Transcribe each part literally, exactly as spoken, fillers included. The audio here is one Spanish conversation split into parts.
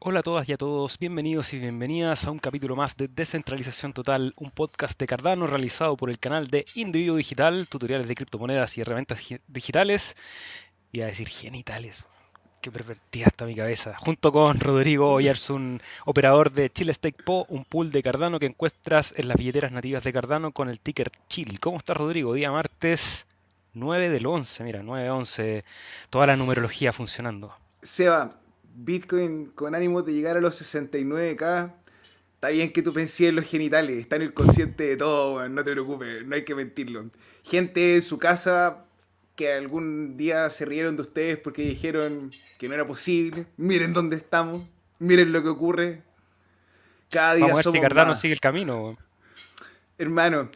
Hola a todas y a todos, bienvenidos y bienvenidas a un capítulo más de Descentralización Total, un podcast de Cardano realizado por el canal de Individuo Digital, tutoriales de criptomonedas y herramientas gi- digitales, y a decir genitales, qué pervertida está mi cabeza, junto con Rodrigo Oyarzún, operador de Chile Stake Po, un pool de Cardano que encuentras en las billeteras nativas de Cardano con el ticker CHIL. ¿Cómo estás, Rodrigo? Día martes nueve del once, mira, nueve once, toda la numerología funcionando. Seba, Bitcoin con ánimo de llegar a los sesenta y nueve K. Está bien que tú penses en los genitales, está en el consciente de todo, weón, no te preocupes, no hay que mentirlo. Gente en su casa que algún día se rieron de ustedes porque dijeron que no era posible. Miren dónde estamos, miren lo que ocurre. Cada Vamos día a ver si somos Cardano más. sigue el camino. Hermano,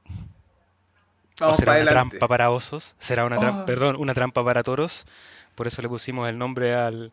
¿O vamos será para una trampa adelante. para osos? ¿Será una trampa, Oh, perdón, una trampa para toros? Por eso le pusimos el nombre al,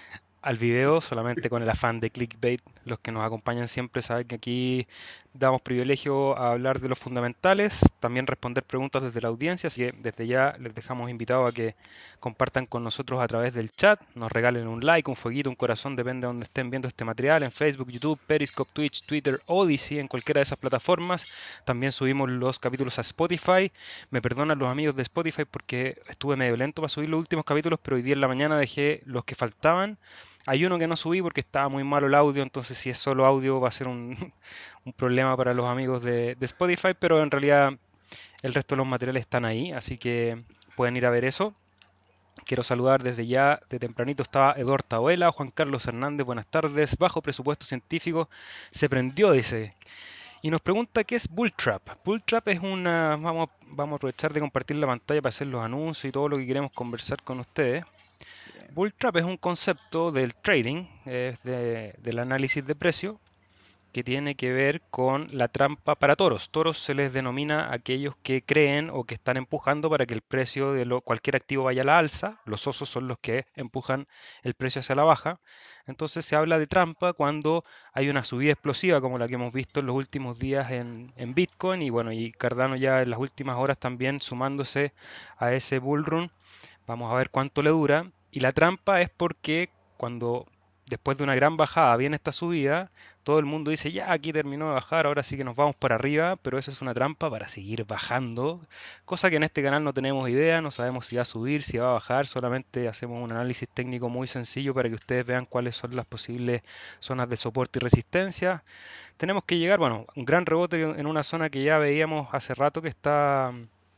al video, solamente con el afán de clickbait. Los que nos acompañan siempre saben que aquí damos privilegio a hablar de los fundamentales, también responder preguntas desde la audiencia, así que desde ya les dejamos invitados a que compartan con nosotros a través del chat, nos regalen un like, un fueguito, un corazón, depende de donde estén viendo este material, en Facebook, YouTube, Periscope, Twitch, Twitter, Odyssey, en cualquiera de esas plataformas. También subimos los capítulos a Spotify. Me perdonan los amigos de Spotify porque estuve medio lento para subir los últimos capítulos, pero hoy día en la mañana dejé los que faltaban. Hay uno que no subí porque estaba muy malo el audio, entonces si es solo audio va a ser un, un problema para los amigos de, de Spotify, pero en realidad el resto de los materiales están ahí, así que pueden ir a ver eso. Quiero saludar desde ya, de tempranito estaba Eduardo Tabuela, Juan Carlos Hernández, buenas tardes, bajo presupuesto científico, se prendió, dice, y nos pregunta qué es Bull Trap. Bull Trap es una, vamos, vamos a aprovechar de compartir la pantalla para hacer los anuncios y todo lo que queremos conversar con ustedes. bien. Bull Trap es un concepto del trading, es de- del análisis de precio, que tiene que ver con la trampa para toros. Toros se les denomina a aquellos que creen o que están empujando para que el precio de lo- cualquier activo vaya a la alza. Los osos son los que empujan el precio hacia la baja. Entonces se habla de trampa cuando hay una subida explosiva como la que hemos visto en los últimos días en, en Bitcoin y bueno, y Cardano ya en las últimas horas también sumándose a ese bull run. Vamos a ver cuánto le dura. Y la trampa es porque cuando después de una gran bajada viene esta subida, todo el mundo dice, ya aquí terminó de bajar, ahora sí que nos vamos para arriba, pero eso es una trampa para seguir bajando, cosa que en este canal no tenemos idea, no sabemos si va a subir, si va a bajar, solamente hacemos un análisis técnico muy sencillo para que ustedes vean cuáles son las posibles zonas de soporte y resistencia. Tenemos que llegar, bueno, un gran rebote en una zona que ya veíamos hace rato que está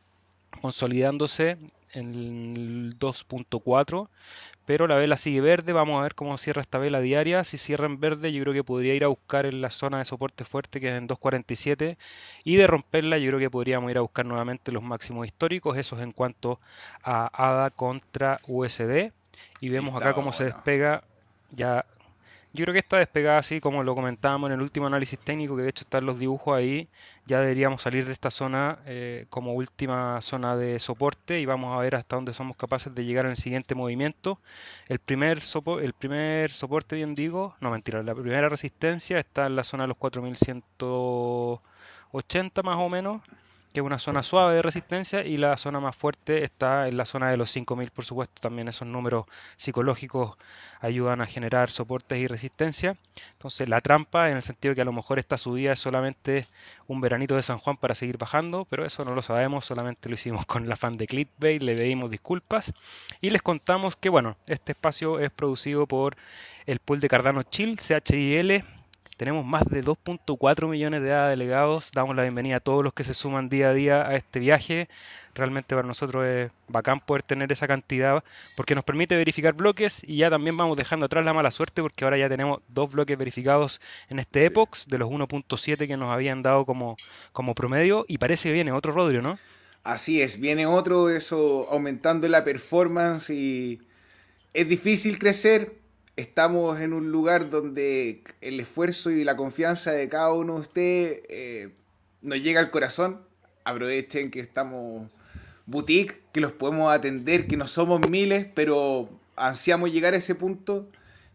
consolidándose en el dos punto cuatro, pero la vela sigue verde. Vamos a ver cómo cierra esta vela diaria. Si cierra en verde, yo creo que podría ir a buscar en la zona de soporte fuerte que es en dos cuarenta y siete, y de romperla yo creo que podríamos ir a buscar nuevamente los máximos históricos. Eso es en cuanto a A D A contra U S D, y vemos acá Estaba cómo se bueno. despega ya. Yo creo que esta despegada, así como lo comentábamos en el último análisis técnico, que de hecho están los dibujos ahí, ya deberíamos salir de esta zona eh, como última zona de soporte y vamos a ver hasta dónde somos capaces de llegar en el siguiente movimiento. El primer, sopo- el primer soporte, bien digo, no mentira, la primera resistencia está en la zona de los cuatro mil ciento ochenta más o menos, que es una zona suave de resistencia, y la zona más fuerte está en la zona de los cinco mil, por supuesto, también esos números psicológicos ayudan a generar soportes y resistencia. Entonces la trampa en el sentido que a lo mejor esta subida es solamente un veranito de San Juan para seguir bajando, pero eso no lo sabemos, solamente lo hicimos con el afán de clickbait, le pedimos disculpas y les contamos que bueno, este espacio es producido por el pool de Cardano Chill, C H I L. Tenemos más de dos punto cuatro millones de delegados. Damos la bienvenida a todos los que se suman día a día a este viaje. Realmente para nosotros es bacán poder tener esa cantidad porque nos permite verificar bloques y ya también vamos dejando atrás la mala suerte porque ahora ya tenemos dos bloques verificados en este Sí. Epox de los uno punto siete que nos habían dado como, como promedio, y parece que viene otro Rodrio, ¿no? Así es, viene otro, eso aumentando la performance y es difícil crecer. Estamos en un lugar donde el esfuerzo y la confianza de cada uno de ustedes eh, nos llega al corazón. Aprovechen que estamos boutique, que los podemos atender, que no somos miles, pero ansiamos llegar a ese punto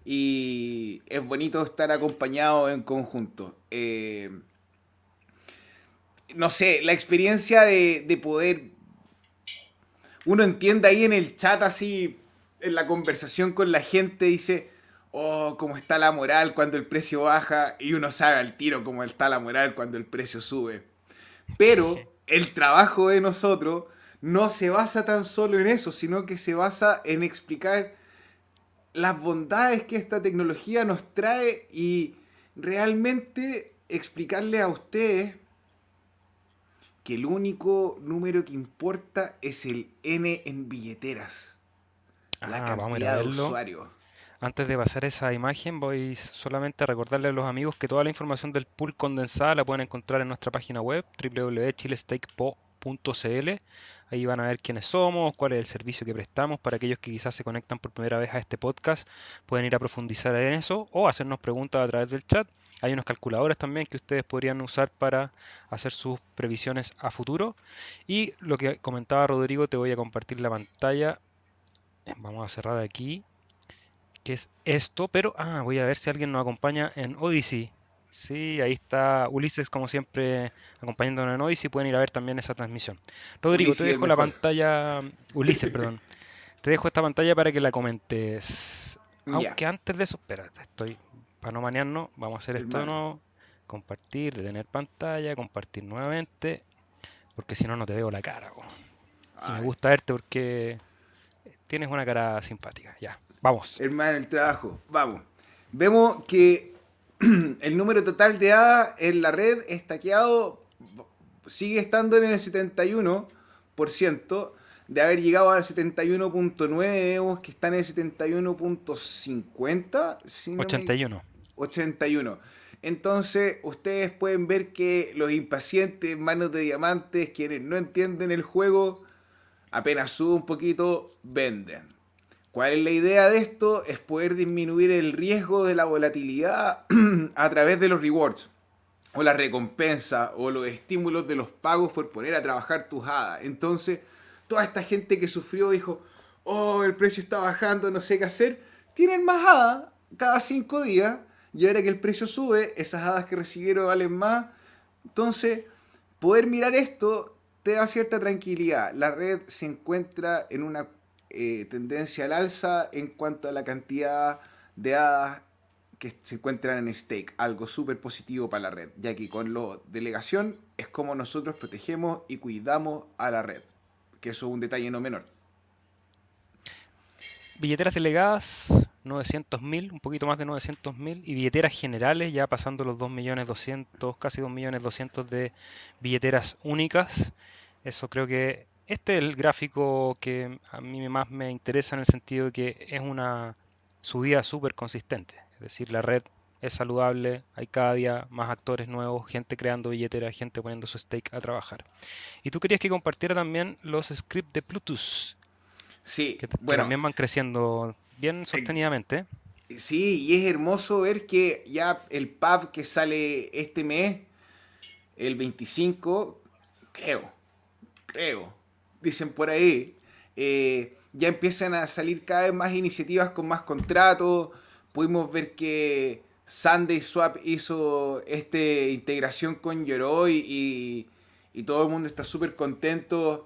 y es bonito estar acompañados en conjunto. Eh, no sé, la experiencia de, de poder uno entiende ahí en el chat así, en la conversación con la gente, dice, oh, cómo está la moral cuando el precio baja, y uno sabe al tiro cómo está la moral cuando el precio sube. Sí. Pero el trabajo de nosotros no se basa tan solo en eso, sino que se basa en explicar las bondades que esta tecnología nos trae y realmente explicarle a ustedes que el único número que importa es el N en billeteras, la Ah, vamos a ir a cantidad de verlo. usuarios. Antes de pasar esa imagen, voy solamente a recordarle a los amigos que toda la información del pool condensada la pueden encontrar en nuestra página web w w w punto chilesteakpo punto c l. Ahí van a ver quiénes somos, cuál es el servicio que prestamos. Para aquellos que quizás se conectan por primera vez a este podcast, pueden ir a profundizar en eso o hacernos preguntas a través del chat. Hay unos calculadores también que ustedes podrían usar para hacer sus previsiones a futuro. Y lo que comentaba Rodrigo, te voy a compartir la pantalla. Vamos a cerrar aquí que es esto, pero ah, voy a ver si alguien nos acompaña en Odyssey. Sí, ahí está Ulises, como siempre, acompañándonos en Odyssey. Pueden ir a ver también esa transmisión. Rodrigo, te Ulises el dejo la mejor. pantalla, Ulises, perdón. Te dejo esta pantalla para que la comentes. Ya, Aunque antes de eso, espérate, estoy, para no manearnos, vamos a hacer esto de hermano. nuevo. Compartir, detener pantalla, compartir nuevamente, porque si no, no te veo la cara. Po. Y me Ay, gusta verte porque tienes una cara simpática. Ya, vamos. hermano, el trabajo. Vamos. Vemos que el número total de hadas en la red estaqueado sigue estando en el setenta y uno por ciento. De haber llegado al setenta y uno punto nueve, vemos que está en el setenta y uno punto cincuenta, si no me ochenta y uno. ochenta y uno. Entonces, ustedes pueden ver que los impacientes, manos de diamantes, quienes no entienden el juego, apenas sube un poquito, venden. ¿Cuál es la idea de esto? Es poder disminuir el riesgo de la volatilidad a través de los rewards, o la recompensa, o los estímulos de los pagos por poner a trabajar tus hadas. Entonces, toda esta gente que sufrió dijo, oh, el precio está bajando, no sé qué hacer, tienen más hadas cada cinco días, y ahora que el precio sube, esas hadas que recibieron valen más. Entonces, poder mirar esto te da cierta tranquilidad. La red se encuentra en una eh, tendencia al alza en cuanto a la cantidad de hadas que se encuentran en stake, algo súper positivo para la red, ya que con la delegación es como nosotros protegemos y cuidamos a la red, que eso es un detalle no menor. Billeteras delegadas, novecientos mil, un poquito más de novecientos mil. Y billeteras generales, ya pasando los dos millones doscientos, casi dos millones doscientos de billeteras únicas. Eso creo que este es el gráfico que a mí más me interesa en el sentido de que es una subida súper consistente. Es decir, la red es saludable, hay cada día más actores nuevos, gente creando billeteras, gente poniendo su stake a trabajar. Y tú querías que compartiera también los scripts de Bluetooth Sí, que, que bueno, también van creciendo bien eh, sostenidamente. sí, y es hermoso ver que ya el pub que sale este mes, el veinticinco, creo, creo, dicen por ahí, eh, ya empiezan a salir cada vez más iniciativas con más contratos. Pudimos ver que Sunday Swap hizo esta integración con Yoroi y, y todo el mundo está súper contento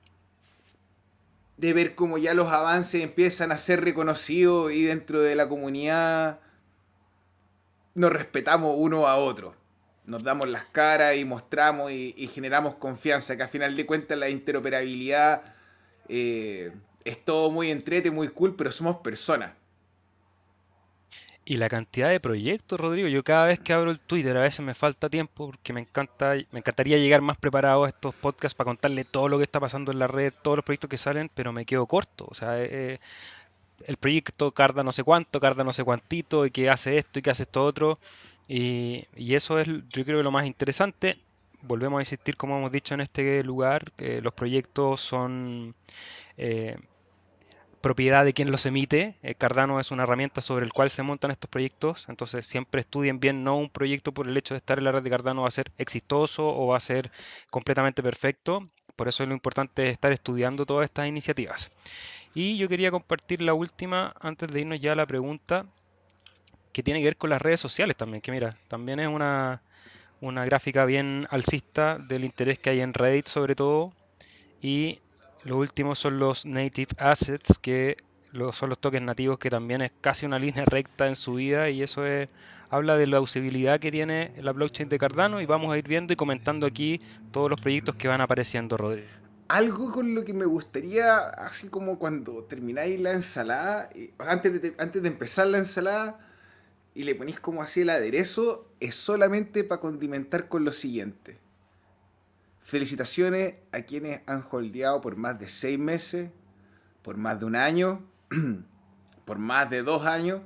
de ver cómo ya los avances empiezan a ser reconocidos y dentro de la comunidad nos respetamos uno a otro. Nos damos las caras y mostramos y, y generamos confianza, que a final de cuentas la interoperabilidad eh, es todo muy entrete, muy cool, pero somos personas. Y la cantidad de proyectos, Rodrigo, yo cada vez que abro el Twitter a veces me falta tiempo porque me encanta, me encantaría llegar más preparado a estos podcasts para contarle todo lo que está pasando en la red, todos los proyectos que salen, pero me quedo corto. O sea, eh, el proyecto carda no sé cuánto, carda no sé cuantito, y que hace esto y que hace esto otro. Y, y eso es, yo creo que lo más interesante. Volvemos a insistir, como hemos dicho en este lugar, que los proyectos son eh, propiedad de quien los emite. Eh, Cardano es una herramienta sobre el cual se montan estos proyectos, entonces siempre estudien bien, no un proyecto por el hecho de estar en la red de Cardano va a ser exitoso o va a ser completamente perfecto. Por eso es lo importante estar estudiando todas estas iniciativas. Y yo quería compartir la última antes de irnos ya a la pregunta que tiene que ver con las redes sociales también, que mira, también es una, una gráfica bien alcista del interés que hay en Reddit sobre todo. Y lo último son los native assets, que los, son los tokens nativos que también es casi una línea recta en su vida y eso es, habla de la usabilidad que tiene la blockchain de Cardano y vamos a ir viendo y comentando aquí todos los proyectos que van apareciendo, Rodri. Algo con lo que me gustaría, así como cuando termináis la ensalada, y- antes de, antes de empezar la ensalada, y le ponéis como así el aderezo, es solamente para condimentar con lo siguiente. Felicitaciones a quienes han holdeado por más de seis meses, por más de un año, por más de dos años,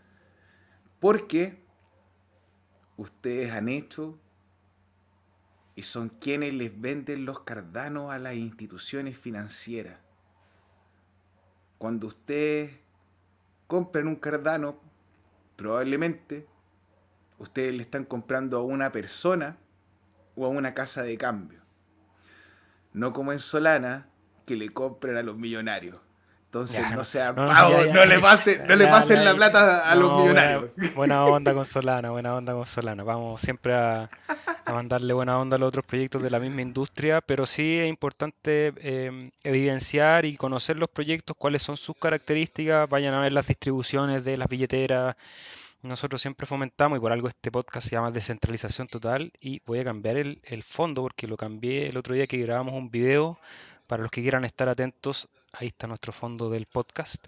porque ustedes han hecho y son quienes les venden los cardanos a las instituciones financieras. Cuando ustedes compran un cardano, probablemente ustedes le están comprando a una persona o a una casa de cambio. No como en Solana, que le compran a los millonarios. Entonces Ya, no no, sean no, no, ya, pavos, ya, no le pasen, no le ya, pasen ya, la ya, plata a los no, buena, millonarios. buena onda con Solana, buena onda con Solana. Vamos siempre a, a mandarle buena onda a los otros proyectos de la misma industria, pero sí es importante em, evidenciar y conocer los proyectos, cuáles son sus características, vayan a ver las distribuciones de las billeteras. Nosotros siempre fomentamos, y por algo este podcast se llama Descentralización Total, y voy a cambiar el, el fondo porque lo cambié el otro día que grabamos un video. Para los que quieran estar atentos, ahí está nuestro fondo del podcast.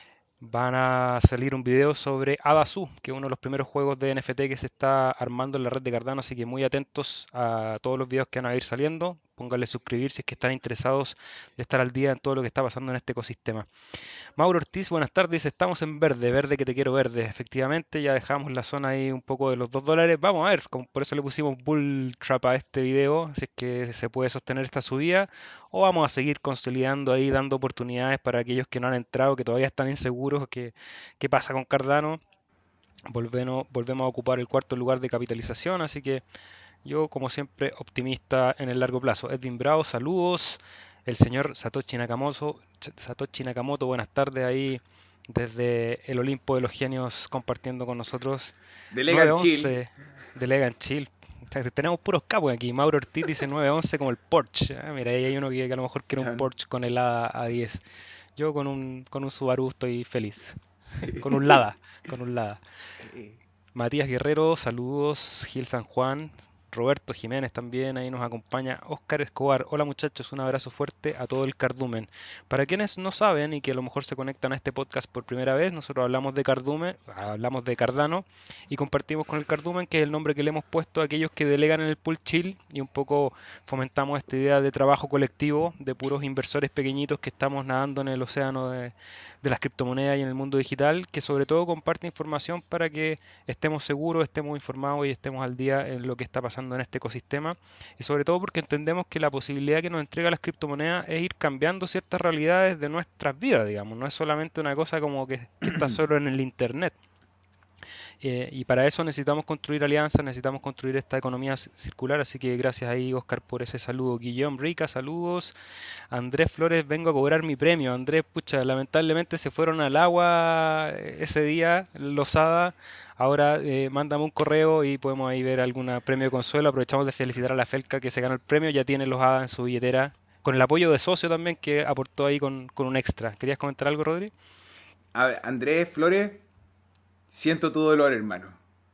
Van a salir un video sobre Adazu, que es uno de los primeros juegos de N F T que se está armando en la red de Cardano, así que muy atentos a todos los videos que van a ir saliendo. Pónganle suscribir si es que están interesados de estar al día en todo lo que está pasando en este ecosistema. Mauro Ortiz, buenas tardes. Estamos en verde, verde que te quiero verde. Efectivamente, ya dejamos la zona ahí un poco de los dos dólares. Vamos a ver, como por eso le pusimos Bull Trap a este video, si es que se puede sostener esta subida. O vamos a seguir consolidando ahí, dando oportunidades para aquellos que no han entrado, que todavía están inseguros. ¿Qué, qué pasa con Cardano? Volvemos, volvemos a ocupar el cuarto lugar de capitalización, así que yo, como siempre, optimista en el largo plazo. Edwin Bravo, saludos. El señor Satoshi Nakamoto, Satoshi Nakamoto, buenas tardes ahí desde el Olimpo de los Genios compartiendo con nosotros. De Legal Chill. nueve once de Legan Chill. Tenemos puros capos aquí. Mauro Ortiz dice nueve once como el Porsche. Ah, mira, ahí hay uno que, que a lo mejor quiere un Chan. Porsche con el A A diez. Yo con un, con un Subaru estoy feliz. Sí. Con un Lada, con un Lada. Sí. Matías Guerrero, saludos. Gil San Juan, Roberto Jiménez también, ahí nos acompaña. Oscar Escobar, hola muchachos, un abrazo fuerte a todo el cardumen. Para quienes no saben y que a lo mejor se conectan a este podcast por primera vez, nosotros hablamos de cardumen, hablamos de Cardano y compartimos con el cardumen, que es el nombre que le hemos puesto a aquellos que delegan en el pool chill y un poco fomentamos esta idea de trabajo colectivo de puros inversores pequeñitos que estamos nadando en el océano de, de las criptomonedas y en el mundo digital, que sobre todo comparte información para que estemos seguros, estemos informados y estemos al día en lo que está pasando en este ecosistema. Y sobre todo porque entendemos que la posibilidad que nos entrega las criptomonedas es ir cambiando ciertas realidades de nuestras vidas, digamos. No es solamente una cosa como que, que está solo en el Internet. Eh, y para eso necesitamos construir alianzas, necesitamos construir esta economía ci- circular, así que gracias ahí, Oscar, por ese saludo. Guillaume Rica, saludos. Andrés Flores, vengo a cobrar mi premio. Andrés, pucha, lamentablemente se fueron al agua eh, ese día, los Losada. Ahora eh, mándame un correo y podemos ahí ver algún premio de consuelo. Aprovechamos de felicitar a la Felca que se ganó el premio, ya tiene los Losada en su billetera, con el apoyo de socio también que aportó ahí con, con un extra. ¿Querías comentar algo, Rodri? A ver, Andrés Flores, siento tu dolor, hermano.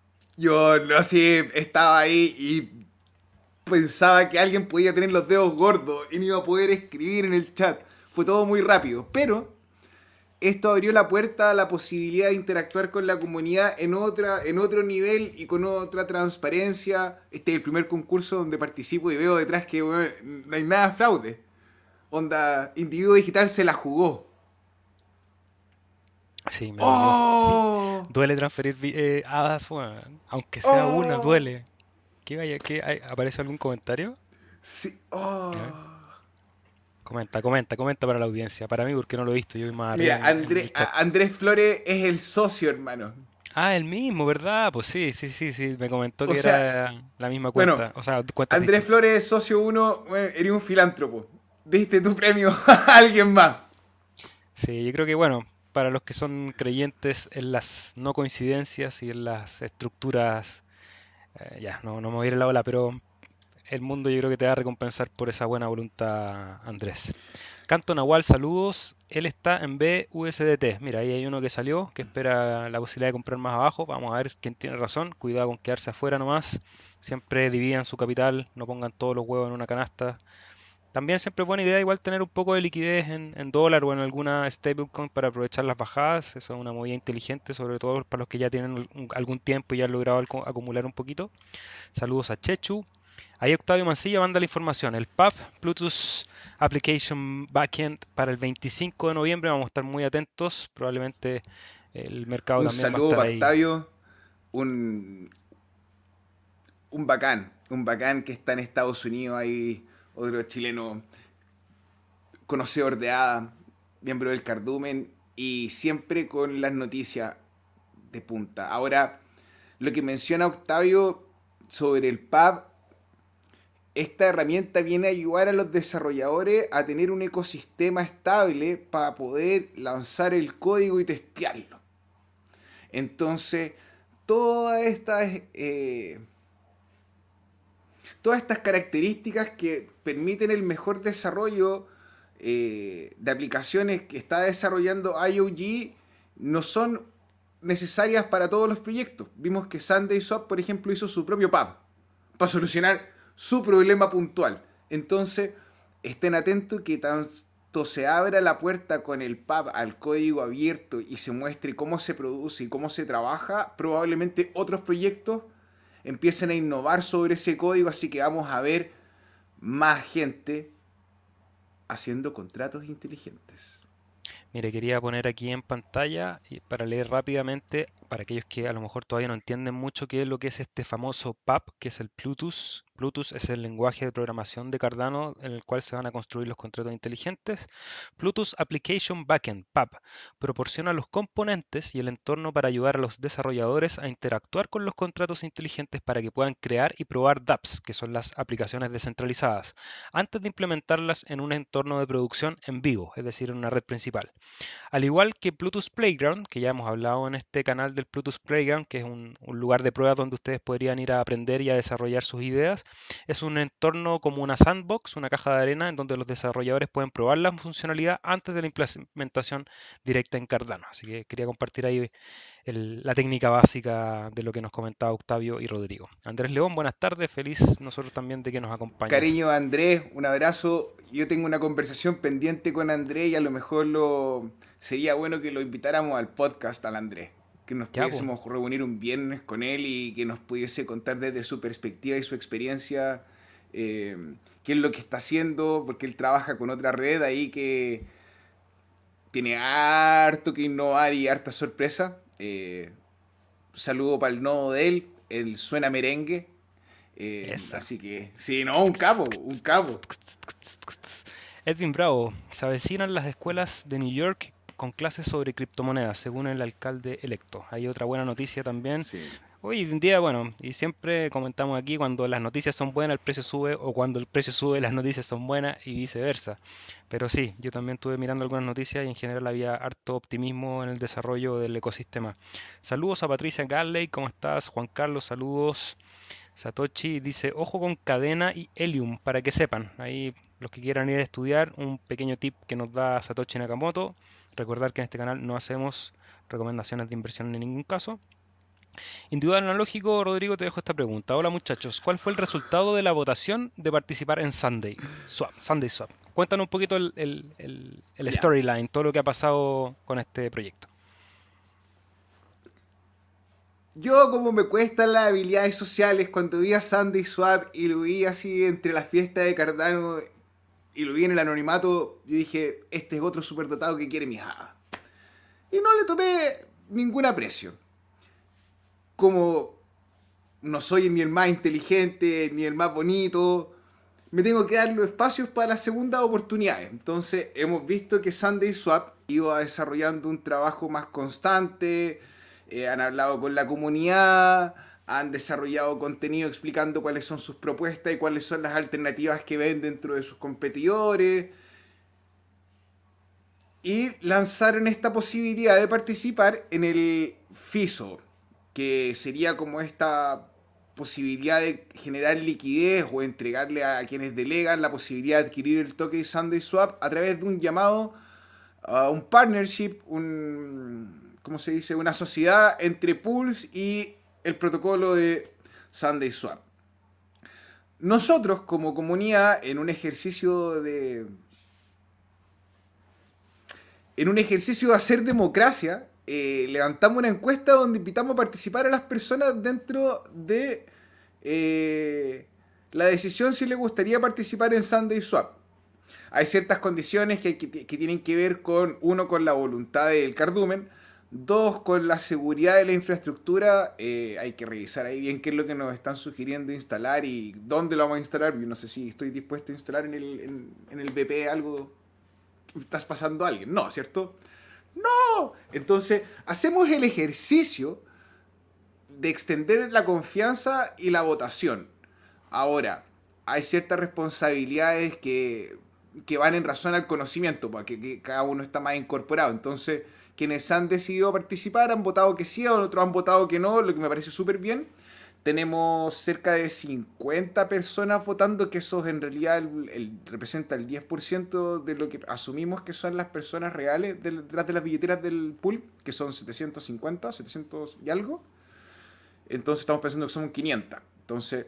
Yo no sé, estaba ahí y pensaba que alguien podía tener los dedos gordos y no iba a poder escribir en el chat. Fue todo muy rápido, pero esto abrió la puerta a la posibilidad de interactuar con la comunidad en otra, en otro nivel y con otra transparencia. Este es el primer concurso donde participo y veo detrás que bueno, no hay nada de fraude. Onda, Individuo Digital se la jugó. Sí, me dolió. ¡Oh! Duele transferir vi- eh, hadas, weón. Aunque sea una, ¡Oh! duele. ¿Qué vaya, qué, hay- ¿Aparece algún comentario? Sí, A ver, ¡oh! comenta, comenta, comenta para la audiencia. Para mí, porque no lo he visto, yo voy más arriba Mira, en el, en André- el chat. a- Andrés Flores es el socio, hermano. Ah, el mismo, ¿verdad? Pues sí, sí, sí, sí. Me comentó O que sea, era la misma bueno, cuenta. O sea, cuentas Andrés distintas. Flores, socio uno, bueno, eres un filántropo. Diste tu premio a alguien más. Sí, yo creo que, bueno, para los que son creyentes en las no coincidencias y en las estructuras, eh, ya, no, no me voy a ir a la ola, pero el mundo yo creo que te va a recompensar por esa buena voluntad, Andrés. Canto Nahual, saludos. Él está en B U S D T. Mira, ahí hay uno que salió, que espera la posibilidad de comprar más abajo. Vamos a ver quién tiene razón. Cuidado con quedarse afuera nomás. Siempre dividan su capital, no pongan todos los huevos en una canasta. También siempre es buena idea igual tener un poco de liquidez en, en dólar o en alguna stablecoin para aprovechar las bajadas. Eso es una movida inteligente, sobre todo para los que ya tienen un- algún tiempo y ya han logrado alco- acumular un poquito. Saludos a Chechu. Ahí Octavio Mancilla manda la información. El P A B, Bluetooth Application Backend para el veinticinco de noviembre. Vamos a estar muy atentos. Probablemente el mercado Un también va a saludo estar para ahí. Octavio, un, un bacán, un bacán que está en Estados Unidos, ahí otro chileno conocedor de A D A, miembro del Cardumen y siempre con las noticias de punta. Ahora, lo que menciona Octavio sobre el P A B, esta herramienta viene a ayudar a los desarrolladores a tener un ecosistema estable para poder lanzar el código y testearlo. Entonces, todas estas, eh, todas estas características que permiten el mejor desarrollo eh, de aplicaciones que está desarrollando I O G no son necesarias para todos los proyectos. Vimos que SundaySwap, por ejemplo, hizo su propio P A B para solucionar su problema puntual. Entonces, estén atentos que tanto se abra la puerta con el P A B al código abierto y se muestre cómo se produce y cómo se trabaja, probablemente otros proyectos empiecen a innovar sobre ese código, así que vamos a ver más gente haciendo contratos inteligentes. Mire, quería poner aquí en pantalla y para leer rápidamente, para aquellos que a lo mejor todavía no entienden mucho qué es lo que es este famoso P A B, que es el Bluetooth. Bluetooth es el lenguaje de programación de Cardano en el cual se van a construir los contratos inteligentes. Bluetooth Application Backend, P A B, proporciona los componentes y el entorno para ayudar a los desarrolladores a interactuar con los contratos inteligentes para que puedan crear y probar dApps, que son las aplicaciones descentralizadas, antes de implementarlas en un entorno de producción en vivo, es decir, en una red principal. Al igual que Bluetooth Playground, que ya hemos hablado en este canal del Bluetooth Playground, que es un, un lugar de prueba donde ustedes podrían ir a aprender y a desarrollar sus ideas, es un entorno como una sandbox, una caja de arena, en donde los desarrolladores pueden probar la funcionalidad antes de la implementación directa en Cardano. Así que quería compartir ahí el- la técnica básica de lo que nos comentaba Octavio y Rodrigo. Andrés León, buenas tardes, feliz nosotros también de que nos acompañes. Cariño Andrés, un abrazo. Yo tengo una conversación pendiente con Andrés y a lo mejor lo sería bueno que lo invitáramos al podcast al Andrés. Que nos Ya, pues, pudiésemos reunir un viernes con él y que nos pudiese contar desde su perspectiva y su experiencia eh, qué es lo que está haciendo, porque él trabaja con otra red ahí que tiene harto que innovar y harta sorpresa. Eh, saludo para el nodo de él, él suena merengue. Eh, esa. así que, sí, no, un capo, un capo. Edwin Bravo, se avecinan las escuelas de New York con clases sobre criptomonedas, según el alcalde electo. Hay otra buena noticia también. Sí. Hoy en día, bueno, y siempre comentamos aquí, cuando las noticias son buenas, el precio sube, o cuando el precio sube, las noticias son buenas y viceversa. Pero sí, yo también estuve mirando algunas noticias y en general había harto optimismo en el desarrollo del ecosistema. Saludos a Patricia Galley, ¿cómo estás? Juan Carlos, saludos. Satoshi dice, ojo con cadena y Helium, para que sepan. Ahí los que quieran ir a estudiar, un pequeño tip que nos da Satoshi Nakamoto. Recordar que en este canal no hacemos recomendaciones de inversión en ningún caso. Individual analógico, Rodrigo, te dejo esta pregunta. Hola muchachos, ¿cuál fue el resultado de la votación de participar en Sunday Swap? Sunday Swap. Cuéntanos un poquito el, el- el- el Ya. storyline, todo lo que ha pasado con este proyecto. Yo, como me cuestan las habilidades sociales, cuando vi a Sandy Swap y lo vi así entre las fiestas de Cardano y lo vi en el anonimato, yo dije, este es otro superdotado que quiere mi java. Y no le tomé ningún aprecio. Como no soy ni el más inteligente, ni el más bonito, me tengo que dar los espacios para las segundas oportunidades. Entonces hemos visto que Sunday Swap iba desarrollando un trabajo más constante, eh, han hablado con la comunidad, han desarrollado contenido explicando cuáles son sus propuestas y cuáles son las alternativas que ven dentro de sus competidores. Y lanzaron esta posibilidad de participar en el FISO, que sería como esta posibilidad de generar liquidez o entregarle a quienes delegan la posibilidad de adquirir el token SundaeSwap a través de un llamado a un partnership, un, ¿cómo se dice? Una sociedad entre pools y el protocolo de SundaeSwap. Nosotros como comunidad, en un ejercicio de en un ejercicio de hacer democracia, eh, levantamos una encuesta donde invitamos a participar a las personas dentro de eh, la decisión si les gustaría participar en SundaeSwap. Hay ciertas condiciones que, que, que, tienen que ver con, uno, con la voluntad del cardumen, dos, con la seguridad de la infraestructura. Eh, hay que revisar ahí bien qué es lo que nos están sugiriendo instalar y dónde lo vamos a instalar. Yo no sé si estoy dispuesto a instalar en el, en, en el B P algo. Estás pasando a alguien, no, ¿cierto? No. Entonces, hacemos el ejercicio de extender la confianza y la votación. Ahora, hay ciertas responsabilidades que, que van en razón al conocimiento, porque que cada uno está más incorporado. Entonces, quienes han decidido participar han votado que sí, otros han votado que no, lo que me parece súper bien. Tenemos cerca de cincuenta personas votando, que eso en realidad el, el, representa el diez por ciento de lo que asumimos que son las personas reales detrás de las billeteras del pool, que son setecientos cincuenta, setecientos y algo. Entonces estamos pensando que son quinientas. Entonces,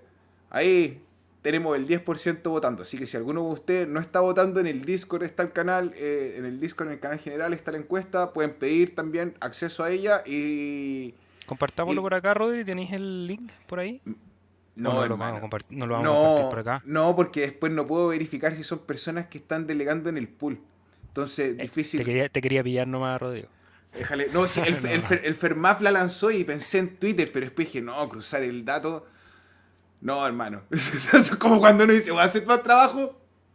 ahí tenemos el diez por ciento votando. Así que si alguno de ustedes no está votando, en el Discord está el canal, eh, en el Discord, en el canal general está la encuesta. Pueden pedir también acceso a ella y... Compartámoslo y por acá, Rodri. ¿Tenéis el link por ahí? ¿O no, no lo vamos a hermano. compartir, no lo vamos a compartir por No, acá? no, porque después no puedo verificar si son personas que están delegando en el pool. Entonces, Eh, te difícil. quería, te quería pillar nomás, Rodrigo. Déjale. No, sí, el, No, el, no. el Fermap la lanzó y pensé en Twitter, pero después dije, no, cruzar el dato. No, hermano. Es como cuando uno dice, ¿voy a hacer más trabajo?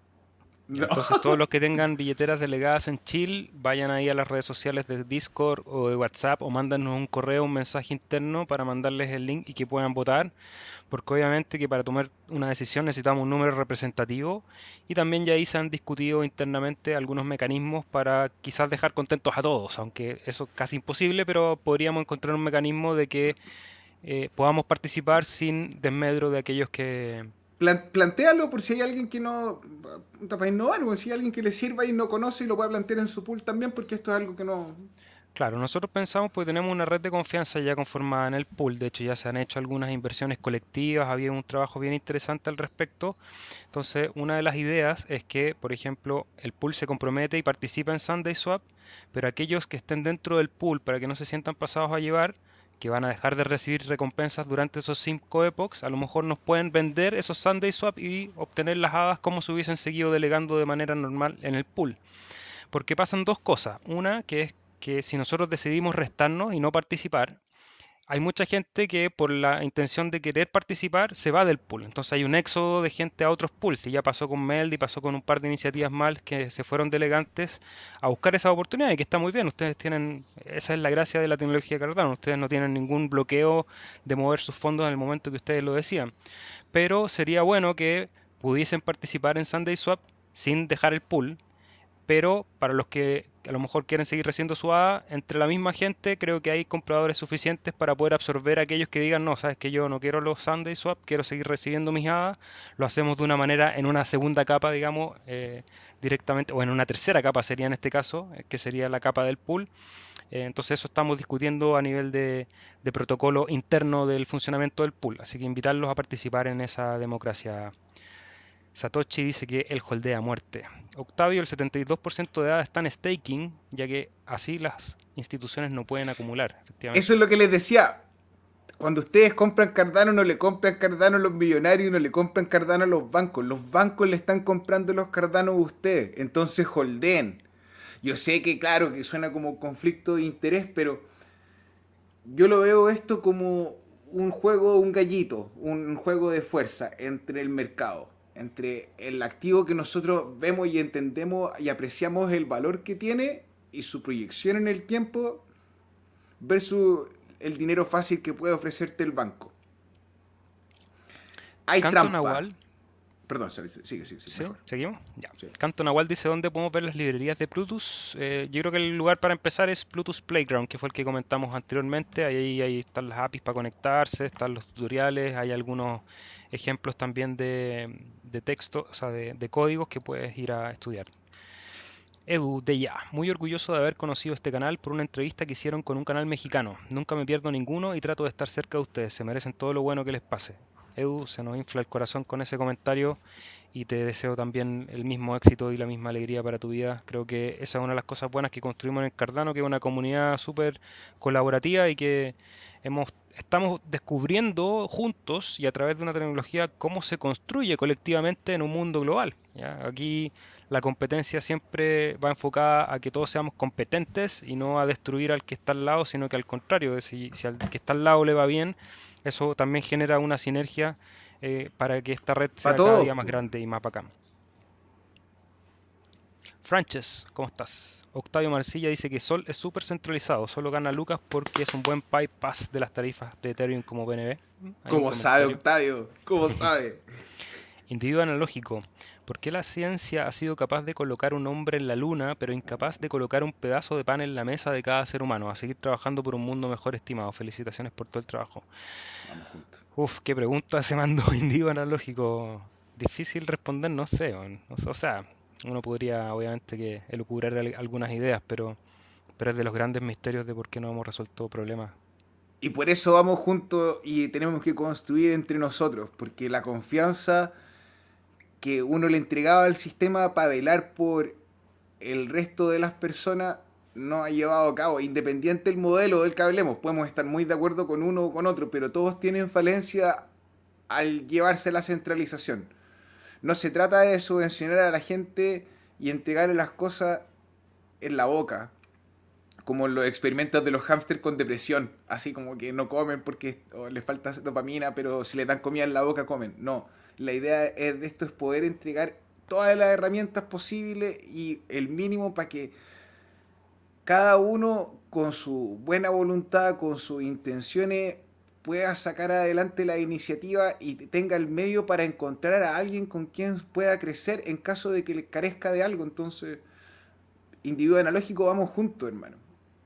Ya, No. entonces, todos los que tengan billeteras delegadas en Chill, vayan ahí a las redes sociales de Discord o de WhatsApp o mándanos un correo, un mensaje interno para mandarles el link y que puedan votar, porque obviamente que para tomar una decisión necesitamos un número representativo y también ya ahí se han discutido internamente algunos mecanismos para quizás dejar contentos a todos, aunque eso es casi imposible, pero podríamos encontrar un mecanismo de que eh, podamos participar sin desmedro de aquellos que Plan, plantéalo por si hay alguien que no. Para innovar, o si hay alguien que le sirva y no conoce y lo pueda plantear en su pool también, porque esto es algo que no. Claro, nosotros pensamos porque tenemos una red de confianza ya conformada en el pool, de hecho ya se han hecho algunas inversiones colectivas, había un trabajo bien interesante al respecto, entonces una de las ideas es que, por ejemplo, el pool se compromete y participa en SundaySwap, pero aquellos que estén dentro del pool para que no se sientan pasados a llevar, que van a dejar de recibir recompensas durante esos cinco epochs, a lo mejor nos pueden vender esos SundaySwap y obtener las hadas como si hubiesen seguido delegando de manera normal en el pool. Porque pasan dos cosas. Una, que es que si nosotros decidimos restarnos y no participar, hay mucha gente que por la intención de querer participar se va del pool. Entonces hay un éxodo de gente a otros pools. Y ya pasó con Meldy, pasó con un par de iniciativas más que se fueron delegantes a buscar esa oportunidad y que está muy bien. Ustedes tienen, esa es la gracia de la tecnología Cardano. Ustedes no tienen ningún bloqueo de mover sus fondos en el momento que ustedes lo decían. Pero sería bueno que pudiesen participar en SundaySwap sin dejar el pool, pero para los que a lo mejor quieren seguir recibiendo su A D A, entre la misma gente creo que hay compradores suficientes para poder absorber a aquellos que digan, no, sabes que yo no quiero los Sunday Swap, quiero seguir recibiendo mis A D A, lo hacemos de una manera, en una segunda capa, digamos, eh, directamente, o en una tercera capa sería en este caso, eh, que sería la capa del pool. Eh, entonces eso estamos discutiendo a nivel de, de protocolo interno del funcionamiento del pool, así que invitarlos a participar en esa democracia. Satoshi dice que él holdea a muerte. Octavio, el setenta y dos por ciento de edad está en staking, ya que así las instituciones no pueden acumular, Eso es efectivamente. lo que les decía. Cuando ustedes compran Cardano, no le compran Cardano a los millonarios, no le compran Cardano a los bancos. Los bancos le están comprando los Cardano a ustedes. Entonces holdeen. Yo sé que, claro, que suena como conflicto de interés, pero yo lo veo esto como un juego, un gallito, un juego de fuerza entre el mercado, entre el activo que nosotros vemos y entendemos y apreciamos el valor que tiene y su proyección en el tiempo versus el dinero fácil que puede ofrecerte el banco. Hay Canto trampa. Nahual, Perdón, sorry, sigue, sigue, sigue, ¿Sí? mejor. ¿Seguimos? Ya. Sí. Canto Nahual dice dónde podemos ver las librerías de Plutus. Eh, yo creo que el lugar para empezar es Plutus Playground, que fue el que comentamos anteriormente. Ahí, ahí están las A P Is para conectarse, están los tutoriales, hay algunos ejemplos también de, de texto, o sea, de, de códigos que puedes ir a estudiar. Edu, de ya, muy orgulloso de haber conocido este canal por una entrevista que hicieron con un canal mexicano. Nunca me pierdo ninguno y trato de estar cerca de ustedes. Se merecen todo lo bueno que les pase. Edu, se nos infla el corazón con ese comentario y te deseo también el mismo éxito y la misma alegría para tu vida. Creo que esa es una de las cosas buenas que construimos en Cardano, que es una comunidad súper colaborativa y que hemos, estamos descubriendo juntos y a través de una tecnología cómo se construye colectivamente en un mundo global. ¿Ya? Aquí la competencia siempre va enfocada a que todos seamos competentes y no a destruir al que está al lado, sino que al contrario, si, si al que está al lado le va bien, eso también genera una sinergia eh, para que esta red Para sea cada todos, día más po. grande y más bacán. Franches, ¿cómo estás? Octavio Marcilla dice que Sol es súper centralizado, solo gana Lucas porque es un buen bypass de las tarifas de Ethereum como B N B. Mm, Hay un ¿Cómo sabe, comentario. Octavio? ¿Cómo sabe? Individuo analógico. ¿Por qué la ciencia ha sido capaz de colocar un hombre en la luna, pero incapaz de colocar un pedazo de pan en la mesa de cada ser humano? A seguir trabajando por un mundo mejor, estimado. Felicitaciones por todo el trabajo. Vamos juntos. Uf, qué pregunta se mandó Individuo analógico. Difícil responder, no sé. O no sé, o sea, uno podría obviamente que elucubrar al- algunas ideas, pero, pero es de los grandes misterios de por qué no hemos resuelto problemas. Y por eso vamos juntos y tenemos que construir entre nosotros, porque la confianza que uno le entregaba al sistema para velar por el resto de las personas no ha llevado a cabo. Independiente del modelo del que hablemos, podemos estar muy de acuerdo con uno o con otro, pero todos tienen falencia al llevarse la centralización. No se trata de subvencionar a la gente y entregarle las cosas en la boca, como los experimentos de los hámsters con depresión, así como que no comen porque oh, les falta dopamina, pero si les dan comida en la boca comen. No, la idea es de esto es poder entregar todas las herramientas posibles y el mínimo para que cada uno con su buena voluntad, con sus intenciones, pueda sacar adelante la iniciativa y tenga el medio para encontrar a alguien con quien pueda crecer en caso de que le carezca de algo. Entonces, individuo analógico, vamos juntos, hermano.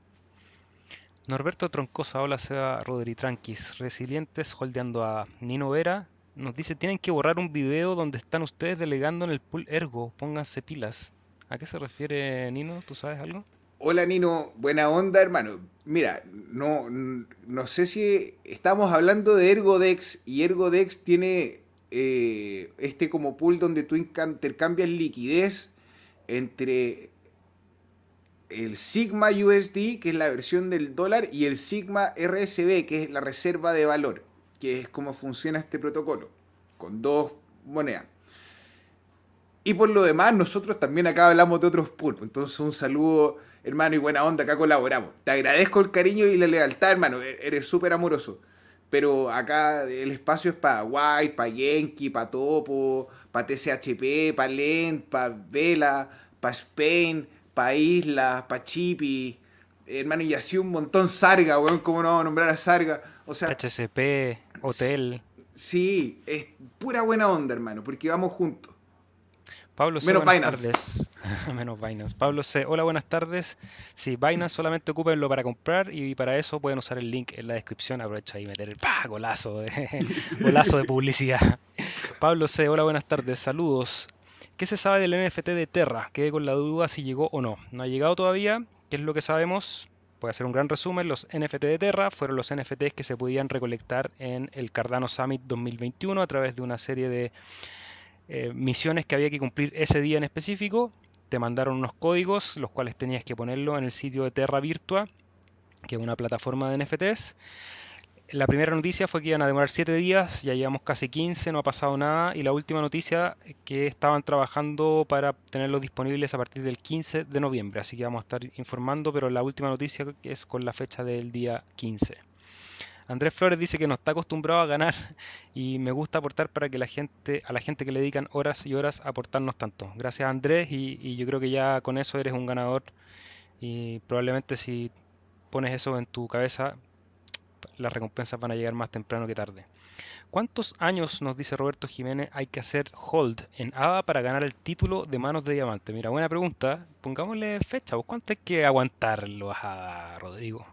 Norberto Troncosa, hola Seba, Rodri Tranquis, resilientes, holdeando a Nino Vera, nos dice, tienen que borrar un video donde están ustedes delegando en el pool Ergo, pónganse pilas. ¿A qué se refiere Nino? ¿Tú sabes algo? Hola Nino, buena onda hermano. Mira, no, no sé si estamos hablando de Ergodex y Ergodex tiene eh, este como pool donde tú intercambias liquidez entre el Sigma U S D, que es la versión del dólar, y el Sigma R S B, que es la reserva de valor, que es como funciona este protocolo, con dos monedas. Y por lo demás, nosotros también acá hablamos de otros pools. Entonces, un saludo, hermano, y buena onda, acá colaboramos. Te agradezco el cariño y la lealtad, hermano. e- Eres súper amoroso. Pero acá el espacio es para White, para Genki, para Topo, para T C H P, para Lent, para Vela, para Spain, para Isla, para Chippy. Hermano, y así un montón Sarga, weón, ¿cómo no vamos a nombrar a Sarga? O sea, H C P, Hotel. sí, es pura buena onda, hermano, porque vamos juntos. Pablo C, Menos buenas Binance. tardes. Menos Binance. Pablo C, hola, buenas tardes. Sí, Binance solamente ocúpenlo para comprar y para eso pueden usar el link en la descripción. Aprovecha y meter el ¡pah! Golazo de, golazo de publicidad. Pablo C, hola, buenas tardes. Saludos. ¿Qué se sabe del N F T de Terra? Quedé con la duda si llegó o no. No ha llegado todavía. ¿Qué es lo que sabemos? Voy a hacer un gran resumen. Los N F T de Terra fueron los N F Ts que se podían recolectar en el Cardano Summit dos mil veintiuno a través de una serie de eh, misiones que había que cumplir ese día en específico. Te mandaron unos códigos, los cuales tenías que ponerlo en el sitio de Terra Virtua, que es una plataforma de N F Ts. La primera noticia fue que iban a demorar siete días, ya llevamos casi quince, no ha pasado nada. Y la última noticia que estaban trabajando para tenerlos disponibles a partir del quince de noviembre. Así que vamos a estar informando, pero la última noticia es con la fecha del día quince. Andrés Flores dice que no está acostumbrado a ganar y me gusta aportar para que la gente, a la gente que le dedican horas y horas a aportarnos tanto. Gracias Andrés y, y yo creo que ya con eso eres un ganador y probablemente si pones eso en tu cabeza las recompensas van a llegar más temprano que tarde. ¿Cuántos años, nos dice Roberto Jiménez, hay que hacer hold en A D A para ganar el título de Manos de Diamante? Mira, buena pregunta. Pongámosle fecha. ¿Vos cuánto hay que aguantarlo a A D A, Rodrigo?